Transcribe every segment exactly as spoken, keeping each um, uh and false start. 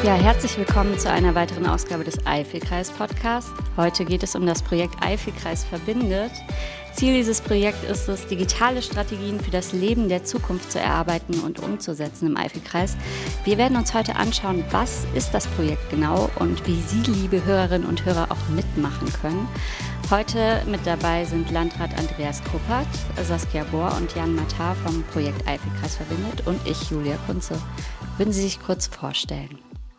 Ja, herzlich willkommen zu einer weiteren Ausgabe des Eifelkreis-Podcasts. Heute geht es um das Projekt Eifelkreis verbindet. Ziel dieses Projekts ist es, digitale Strategien für das Leben der Zukunft zu erarbeiten und umzusetzen im Eifelkreis. Wir werden uns heute anschauen, was ist das Projekt genau und wie Sie, liebe Hörerinnen und Hörer, auch mitmachen können. Heute mit dabei sind Landrat Andreas Kruppert, Saskia Bohr und Jan Matar vom Projekt Eifelkreis verbindet und ich, Julia Kunze. Würden Sie sich kurz vorstellen?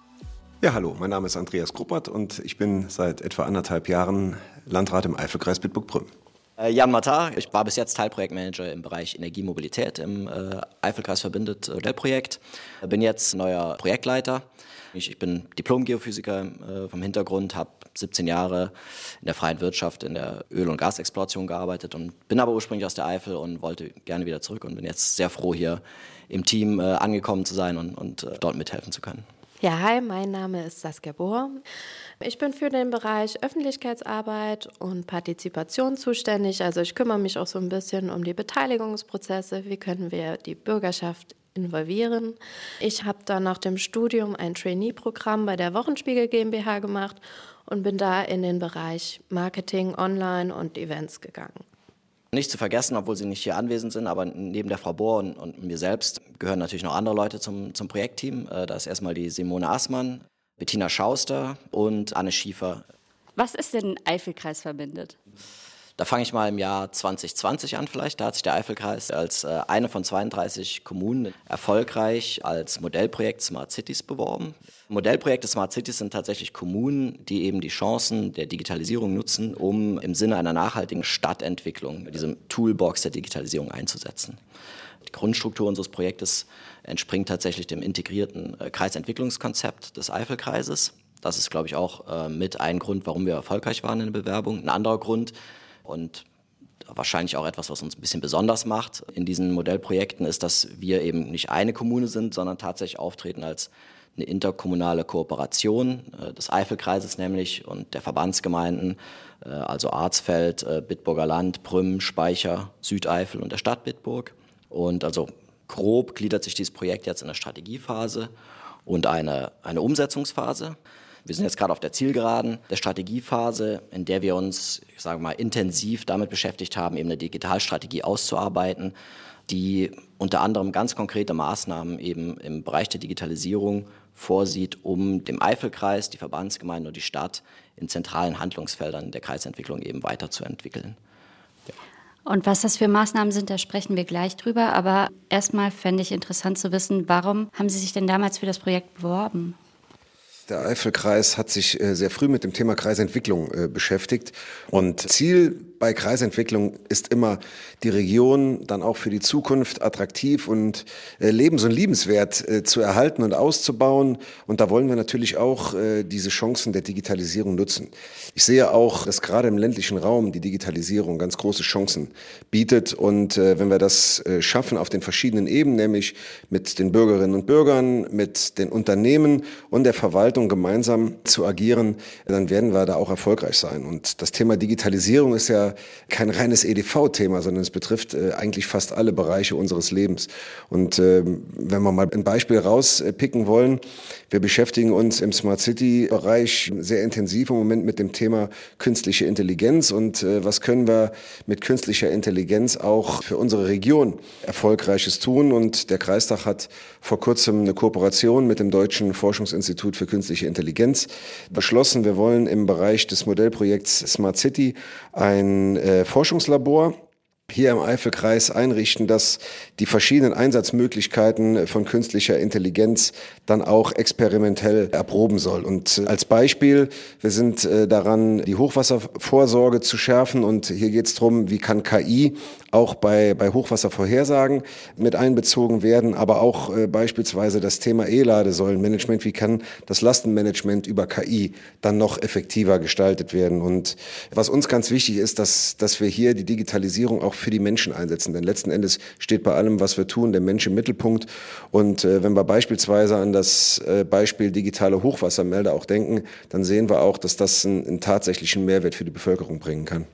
Ja, hallo, mein Name ist Andreas Kruppert und ich bin seit etwa anderthalb Jahren Landrat im Eifelkreis Bitburg-Prüm. Jan Matar, ich war bis jetzt Teilprojektmanager im Bereich Energiemobilität im äh, Eifelkreis verbindet Modellprojekt. Bin jetzt neuer Projektleiter. Ich, ich bin Diplom-Geophysiker äh, vom Hintergrund, habe siebzehn Jahre in der freien Wirtschaft in der Öl- und Gasexploration gearbeitet und bin aber ursprünglich aus der Eifel und wollte gerne wieder zurück und bin jetzt sehr froh, hier im Team äh, angekommen zu sein und, und äh, dort mithelfen zu können. Ja, hi, mein Name ist Saskia Bohr. Ich bin für den Bereich Öffentlichkeitsarbeit und Partizipation zuständig. Also ich kümmere mich auch so ein bisschen um die Beteiligungsprozesse. Wie können wir die Bürgerschaft involvieren? Ich habe dann nach dem Studium ein Trainee-Programm bei der Wochenspiegel GmbH gemacht und bin da in den Bereich Marketing, Online und Events gegangen. Nicht zu vergessen, obwohl Sie nicht hier anwesend sind, aber neben der Frau Bohr und, und mir selbst gehören natürlich noch andere Leute zum, zum Projektteam. Da ist erstmal die Simone Assmann, Bettina Schauster und Anne Schiefer. Was ist denn Eifelkreis verbindet? Da fange ich mal im Jahr zwanzig zwanzig an vielleicht. Da hat sich der Eifelkreis als äh, eine von zweiunddreißig Kommunen erfolgreich als Modellprojekt Smart Cities beworben. Modellprojekte Smart Cities sind tatsächlich Kommunen, die eben die Chancen der Digitalisierung nutzen, um im Sinne einer nachhaltigen Stadtentwicklung diese Toolbox der Digitalisierung einzusetzen. Die Grundstruktur unseres Projektes entspringt tatsächlich dem integrierten äh, Kreisentwicklungskonzept des Eifelkreises. Das ist, glaube ich, auch äh, mit ein Grund, warum wir erfolgreich waren in der Bewerbung. Ein anderer Grund, und wahrscheinlich auch etwas, was uns ein bisschen besonders macht in diesen Modellprojekten, ist, dass wir eben nicht eine Kommune sind, sondern tatsächlich auftreten als eine interkommunale Kooperation des Eifelkreises nämlich und der Verbandsgemeinden, also Arzfeld, Bitburger Land, Prüm, Speicher, Südeifel und der Stadt Bitburg. Und also grob gliedert sich dieses Projekt jetzt in eine Strategiephase und eine, eine Umsetzungsphase. Wir sind jetzt gerade auf der Zielgeraden der Strategiephase, in der wir uns, ich sage mal, intensiv damit beschäftigt haben, eben eine Digitalstrategie auszuarbeiten, die unter anderem ganz konkrete Maßnahmen eben im Bereich der Digitalisierung vorsieht, um dem Eifelkreis, die Verbandsgemeinden und die Stadt in zentralen Handlungsfeldern der Kreisentwicklung eben weiterzuentwickeln. Ja. Und was das für Maßnahmen sind, da sprechen wir gleich drüber. Aber erstmal fände ich interessant zu wissen, warum haben Sie sich denn damals für das Projekt beworben? Der Eifelkreis hat sich sehr früh mit dem Thema Kreisentwicklung beschäftigt und Ziel bei Kreisentwicklung ist immer, die Region dann auch für die Zukunft attraktiv und lebens- und liebenswert zu erhalten und auszubauen. Und da wollen wir natürlich auch diese Chancen der Digitalisierung nutzen. Ich sehe auch, dass gerade im ländlichen Raum die Digitalisierung ganz große Chancen bietet. Und wenn wir das schaffen auf den verschiedenen Ebenen, nämlich mit den Bürgerinnen und Bürgern, mit den Unternehmen und der Verwaltung gemeinsam zu agieren, dann werden wir da auch erfolgreich sein. Und das Thema Digitalisierung ist ja kein reines E D V-Thema, sondern es betrifft äh, eigentlich fast alle Bereiche unseres Lebens. Und äh, wenn wir mal ein Beispiel rauspicken wollen, wir beschäftigen uns im Smart City-Bereich sehr intensiv im Moment mit dem Thema künstliche Intelligenz und äh, was können wir mit künstlicher Intelligenz auch für unsere Region Erfolgreiches tun. Und der Kreistag hat vor kurzem eine Kooperation mit dem Deutschen Forschungsinstitut für künstliche Intelligenz beschlossen. Wir wollen im Bereich des Modellprojekts Smart City ein äh, Forschungslabor hier im Eifelkreis einrichten, dass die verschiedenen Einsatzmöglichkeiten von künstlicher Intelligenz dann auch experimentell erproben soll. Und als Beispiel, wir sind äh, daran, die Hochwasservorsorge zu schärfen und hier geht es darum, wie kann K I auch bei, bei Hochwasservorhersagen mit einbezogen werden, aber auch äh, beispielsweise das Thema E-Ladesäulenmanagement, wie kann das Lastenmanagement über K I dann noch effektiver gestaltet werden. Und was uns ganz wichtig ist, dass, dass wir hier die Digitalisierung auch für die Menschen einsetzen, denn letzten Endes steht bei allem, was wir tun, der Mensch im Mittelpunkt. Und äh, wenn wir beispielsweise an das äh, Beispiel digitale Hochwassermelder auch denken, dann sehen wir auch, dass das einen, einen tatsächlichen Mehrwert für die Bevölkerung bringen kann.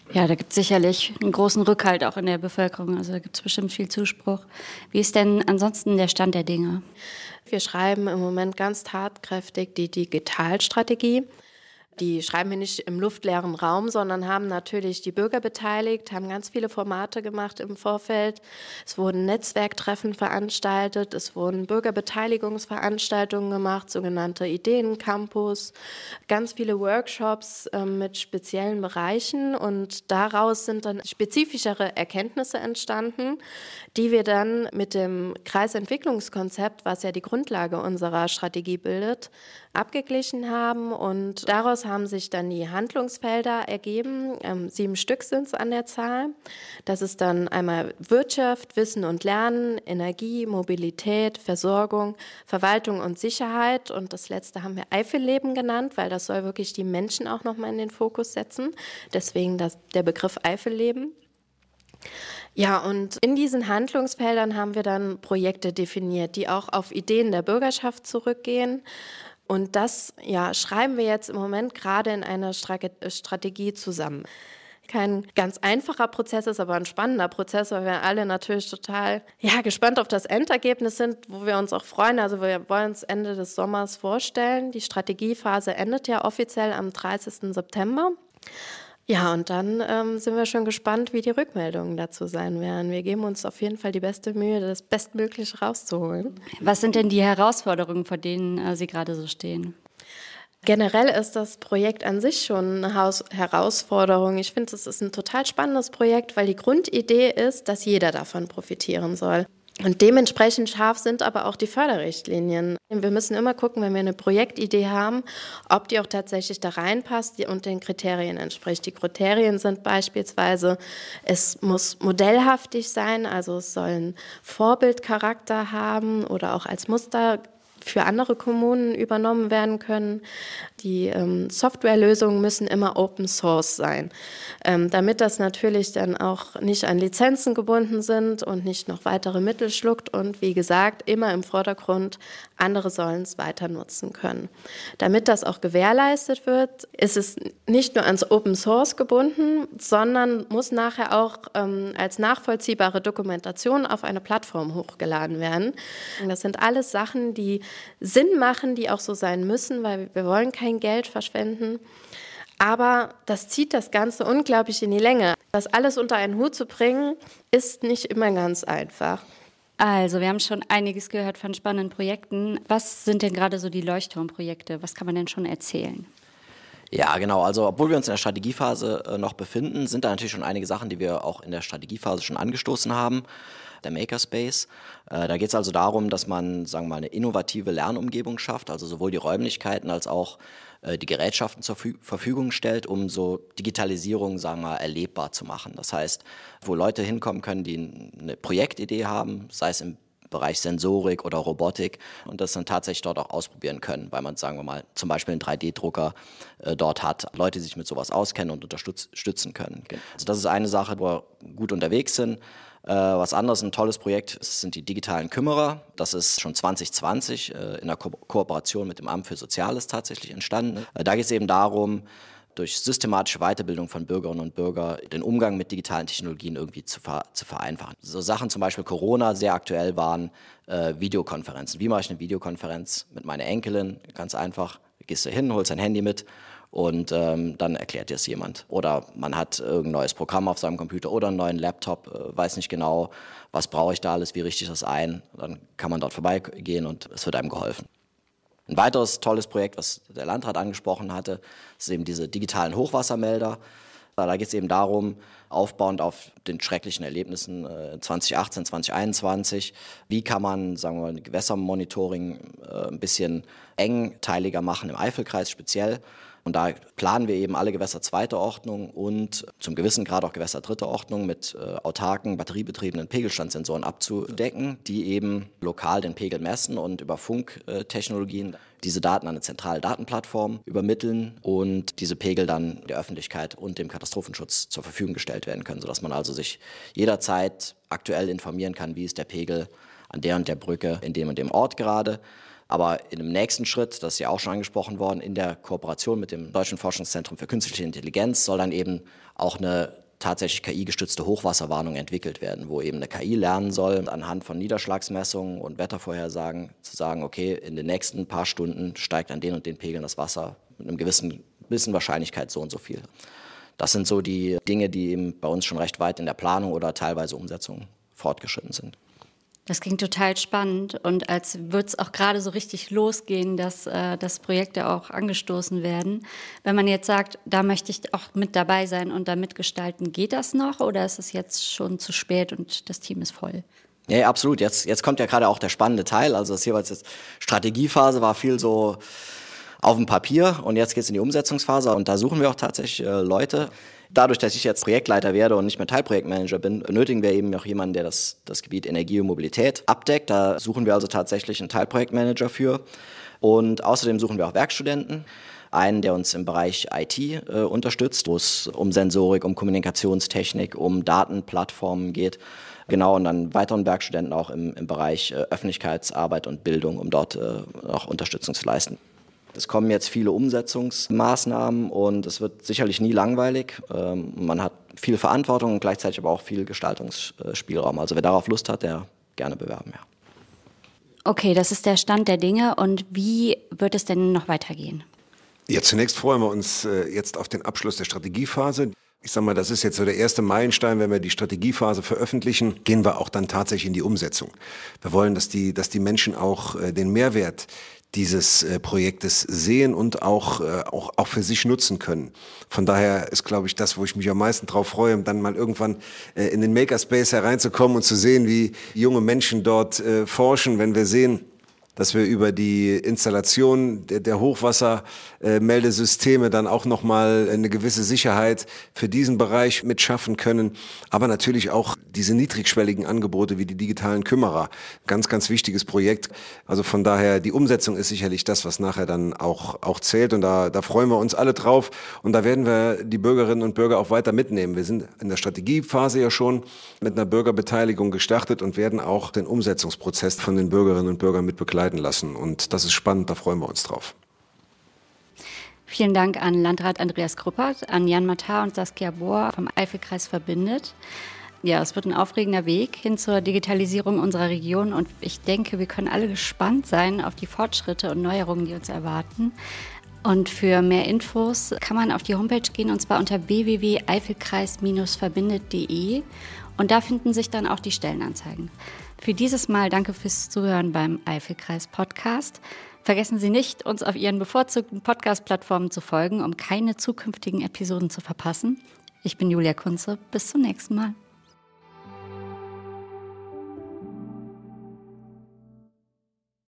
Ja, da gibt es sicherlich einen großen Rückhalt auch in der Bevölkerung. Also da gibt es bestimmt viel Zuspruch. Wie ist denn ansonsten der Stand der Dinge? Wir schreiben im Moment ganz tatkräftig die Digitalstrategie. Die schreiben wir nicht im luftleeren Raum, sondern haben natürlich die Bürger beteiligt, haben ganz viele Formate gemacht im Vorfeld. Es wurden Netzwerktreffen veranstaltet, es wurden Bürgerbeteiligungsveranstaltungen gemacht, sogenannte Ideencampus, ganz viele Workshops äh, mit speziellen Bereichen und daraus sind dann spezifischere Erkenntnisse entstanden, die wir dann mit dem Kreisentwicklungskonzept, was ja die Grundlage unserer Strategie bildet, abgeglichen haben und daraus haben sich dann die Handlungsfelder ergeben. Ähm, sieben Stück sind es an der Zahl. Das ist dann einmal Wirtschaft, Wissen und Lernen, Energie, Mobilität, Versorgung, Verwaltung und Sicherheit. Und das letzte haben wir Eifelleben genannt, weil das soll wirklich die Menschen auch nochmal in den Fokus setzen. Deswegen das, der Begriff Eifelleben. Ja, und in diesen Handlungsfeldern haben wir dann Projekte definiert, die auch auf Ideen der Bürgerschaft zurückgehen. Und das ja, schreiben wir jetzt im Moment gerade in einer Strategie zusammen. Kein ganz einfacher Prozess ist, aber ein spannender Prozess, weil wir alle natürlich total ja, gespannt auf das Endergebnis sind, wo wir uns auch freuen. Also wir wollen uns Ende des Sommers vorstellen. Die Strategiephase endet ja offiziell am dreißigsten September. Ja, und dann ähm, sind wir schon gespannt, wie die Rückmeldungen dazu sein werden. Wir geben uns auf jeden Fall die beste Mühe, das Bestmögliche rauszuholen. Was sind denn die Herausforderungen, vor denen äh, Sie gerade so stehen? Generell ist das Projekt an sich schon eine Haus- Herausforderung. Ich finde, es ist ein total spannendes Projekt, weil die Grundidee ist, dass jeder davon profitieren soll. Und dementsprechend scharf sind aber auch die Förderrichtlinien. Wir müssen immer gucken, wenn wir eine Projektidee haben, ob die auch tatsächlich da reinpasst und den Kriterien entspricht. Die Kriterien sind beispielsweise, es muss modellhaftig sein, also es soll einen Vorbildcharakter haben oder auch als Muster für andere Kommunen übernommen werden können. Die ähm, Softwarelösungen müssen immer Open Source sein, ähm, damit das natürlich dann auch nicht an Lizenzen gebunden sind und nicht noch weitere Mittel schluckt und wie gesagt, immer im Vordergrund, andere sollen es weiter nutzen können. Damit das auch gewährleistet wird, ist es nicht nur ans Open Source gebunden, sondern muss nachher auch ähm, als nachvollziehbare Dokumentation auf eine Plattform hochgeladen werden. Das sind alles Sachen, die Sinn machen, die auch so sein müssen, weil wir wollen kein Geld verschwenden. Aber das zieht das Ganze unglaublich in die Länge. Das alles unter einen Hut zu bringen, ist nicht immer ganz einfach. Also, wir haben schon einiges gehört von spannenden Projekten. Was sind denn gerade so die Leuchtturmprojekte? Was kann man denn schon erzählen? Ja, genau. Also, obwohl wir uns in der Strategiephase äh, noch befinden, sind da natürlich schon einige Sachen, die wir auch in der Strategiephase schon angestoßen haben. Der Makerspace. Äh, da geht es also darum, dass man, sagen wir mal, eine innovative Lernumgebung schafft, also sowohl die Räumlichkeiten als auch äh, die Gerätschaften zur Fü- Verfügung stellt, um so Digitalisierung, sagen wir mal, erlebbar zu machen. Das heißt, wo Leute hinkommen können, die eine Projektidee haben, sei es im Bereich Sensorik oder Robotik und das dann tatsächlich dort auch ausprobieren können, weil man, sagen wir mal, zum Beispiel einen drei D Drucker äh, dort hat, Leute, die sich mit sowas auskennen und unterstützen können. Also das ist eine Sache, wo wir gut unterwegs sind. Äh, was anderes, ein tolles Projekt, sind die digitalen Kümmerer. Das ist schon zwanzig zwanzig äh, in der Ko- Kooperation mit dem Amt für Soziales tatsächlich entstanden. Äh, da geht es eben darum, durch systematische Weiterbildung von Bürgerinnen und Bürgern den Umgang mit digitalen Technologien irgendwie zu, ver- zu vereinfachen. So Sachen zum Beispiel Corona sehr aktuell waren äh, Videokonferenzen. Wie mache ich eine Videokonferenz mit meiner Enkelin? Ganz einfach, gehst du hin, holst dein Handy mit und ähm, dann erklärt dir es jemand. Oder man hat irgendein neues Programm auf seinem Computer oder einen neuen Laptop, äh, weiß nicht genau, was brauche ich da alles, wie richte ich das ein. Dann kann man dort vorbeigehen und es wird einem geholfen. Ein weiteres tolles Projekt, was der Landrat angesprochen hatte, ist eben diese digitalen Hochwassermelder. Da geht es eben darum, aufbauend auf den schrecklichen Erlebnissen zwanzig achtzehn, zwanzig einundzwanzig, wie kann man, sagen wir mal, Gewässermonitoring ein bisschen engteiliger machen, im Eifelkreis speziell. Und da planen wir eben alle Gewässer zweiter Ordnung und zum gewissen Grad auch Gewässer dritter Ordnung mit äh, autarken, batteriebetriebenen Pegelstandsensoren abzudecken, die eben lokal den Pegel messen und über Funktechnologien äh, diese Daten an eine zentrale Datenplattform übermitteln und diese Pegel dann der Öffentlichkeit und dem Katastrophenschutz zur Verfügung gestellt werden können, sodass man also sich jederzeit aktuell informieren kann, wie ist der Pegel an der und der Brücke in dem und dem Ort gerade. Aber in dem nächsten Schritt, das ist ja auch schon angesprochen worden, in der Kooperation mit dem Deutschen Forschungszentrum für Künstliche Intelligenz soll dann eben auch eine tatsächlich K I-gestützte Hochwasserwarnung entwickelt werden, wo eben eine K I lernen soll, anhand von Niederschlagsmessungen und Wettervorhersagen zu sagen, okay, in den nächsten paar Stunden steigt an den und den Pegeln das Wasser mit einem gewissen bisschen Wahrscheinlichkeit so und so viel. Das sind so die Dinge, die eben bei uns schon recht weit in der Planung oder teilweise Umsetzung fortgeschritten sind. Das klingt total spannend und als würde es auch gerade so richtig losgehen, dass, äh, dass Projekte auch angestoßen werden. Wenn man jetzt sagt, da möchte ich auch mit dabei sein und da mitgestalten, geht das noch oder ist es jetzt schon zu spät und das Team ist voll? Ja, absolut. Jetzt, jetzt kommt ja gerade auch der spannende Teil. Also das jeweils jetzt Strategiephase war viel so auf dem Papier und jetzt geht es in die Umsetzungsphase und da suchen wir auch tatsächlich äh, Leute. Dadurch, dass ich jetzt Projektleiter werde und nicht mehr Teilprojektmanager bin, benötigen wir eben auch jemanden, der das, das Gebiet Energie und Mobilität abdeckt. Da suchen wir also tatsächlich einen Teilprojektmanager für. Und außerdem suchen wir auch Werkstudenten. Einen, der uns im Bereich I T äh, unterstützt, wo es um Sensorik, um Kommunikationstechnik, um Datenplattformen geht. Genau, und dann weiteren Werkstudenten auch im, im Bereich äh, Öffentlichkeitsarbeit und Bildung, um dort äh, auch Unterstützung zu leisten. Es kommen jetzt viele Umsetzungsmaßnahmen und es wird sicherlich nie langweilig. Ähm, man hat viel Verantwortung und gleichzeitig aber auch viel Gestaltungsspielraum. Also wer darauf Lust hat, der gerne bewerben, ja. Okay, das ist der Stand der Dinge. Und wie wird es denn noch weitergehen? Ja, zunächst freuen wir uns äh, jetzt auf den Abschluss der Strategiephase. Ich sag mal, das ist jetzt so der erste Meilenstein. Wenn wir die Strategiephase veröffentlichen, gehen wir auch dann tatsächlich in die Umsetzung. Wir wollen, dass die, dass die Menschen auch äh, den Mehrwert dieses äh, Projektes sehen und auch, äh, auch, auch für sich nutzen können. Von daher ist, glaube ich, das, wo ich mich am meisten drauf freue, dann mal irgendwann äh, in den Makerspace hereinzukommen und zu sehen, wie junge Menschen dort äh, forschen, wenn wir sehen, dass wir über die Installation der, der Hochwassermeldesysteme dann auch nochmal eine gewisse Sicherheit für diesen Bereich mit schaffen können. Aber natürlich auch diese niedrigschwelligen Angebote wie die digitalen Kümmerer. Ganz, ganz wichtiges Projekt. Also von daher, die Umsetzung ist sicherlich das, was nachher dann auch, auch zählt. Und da, da freuen wir uns alle drauf. Und da werden wir die Bürgerinnen und Bürger auch weiter mitnehmen. Wir sind in der Strategiephase ja schon mit einer Bürgerbeteiligung gestartet und werden auch den Umsetzungsprozess von den Bürgerinnen und Bürgern mit begleiten lassen. Und das ist spannend, da freuen wir uns drauf. Vielen Dank an Landrat Andreas Krüppert, an Jan Matar und Saskia Bohr vom Eifelkreis verbindet. Ja, es wird ein aufregender Weg hin zur Digitalisierung unserer Region und ich denke, wir können alle gespannt sein auf die Fortschritte und Neuerungen, die uns erwarten. Und für mehr Infos kann man auf die Homepage gehen und zwar unter w w w punkt eifelkreis verbindet punkt d e und da finden sich dann auch die Stellenanzeigen. Für dieses Mal danke fürs Zuhören beim Eifelkreis-Podcast. Vergessen Sie nicht, uns auf Ihren bevorzugten Podcast-Plattformen zu folgen, um keine zukünftigen Episoden zu verpassen. Ich bin Julia Kunze. Bis zum nächsten Mal.